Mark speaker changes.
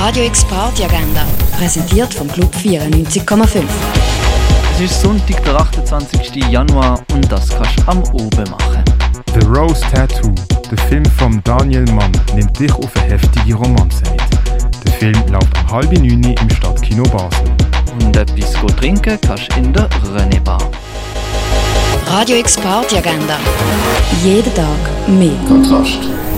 Speaker 1: Radio X Party Agenda, präsentiert vom Club 94,5.
Speaker 2: Es ist Sonntag, der 28. Januar und das kannst du am Oben machen.
Speaker 3: The Rose Tattoo, der Film von Daniel Mann, nimmt dich auf eine heftige Romanze mit. Der Film läuft um 8:30 im Stadtkino Basel.
Speaker 2: Und etwas trinken kannst du in der René Bar.
Speaker 1: Radio X Party Agenda. Jeden Tag mehr Kontrast.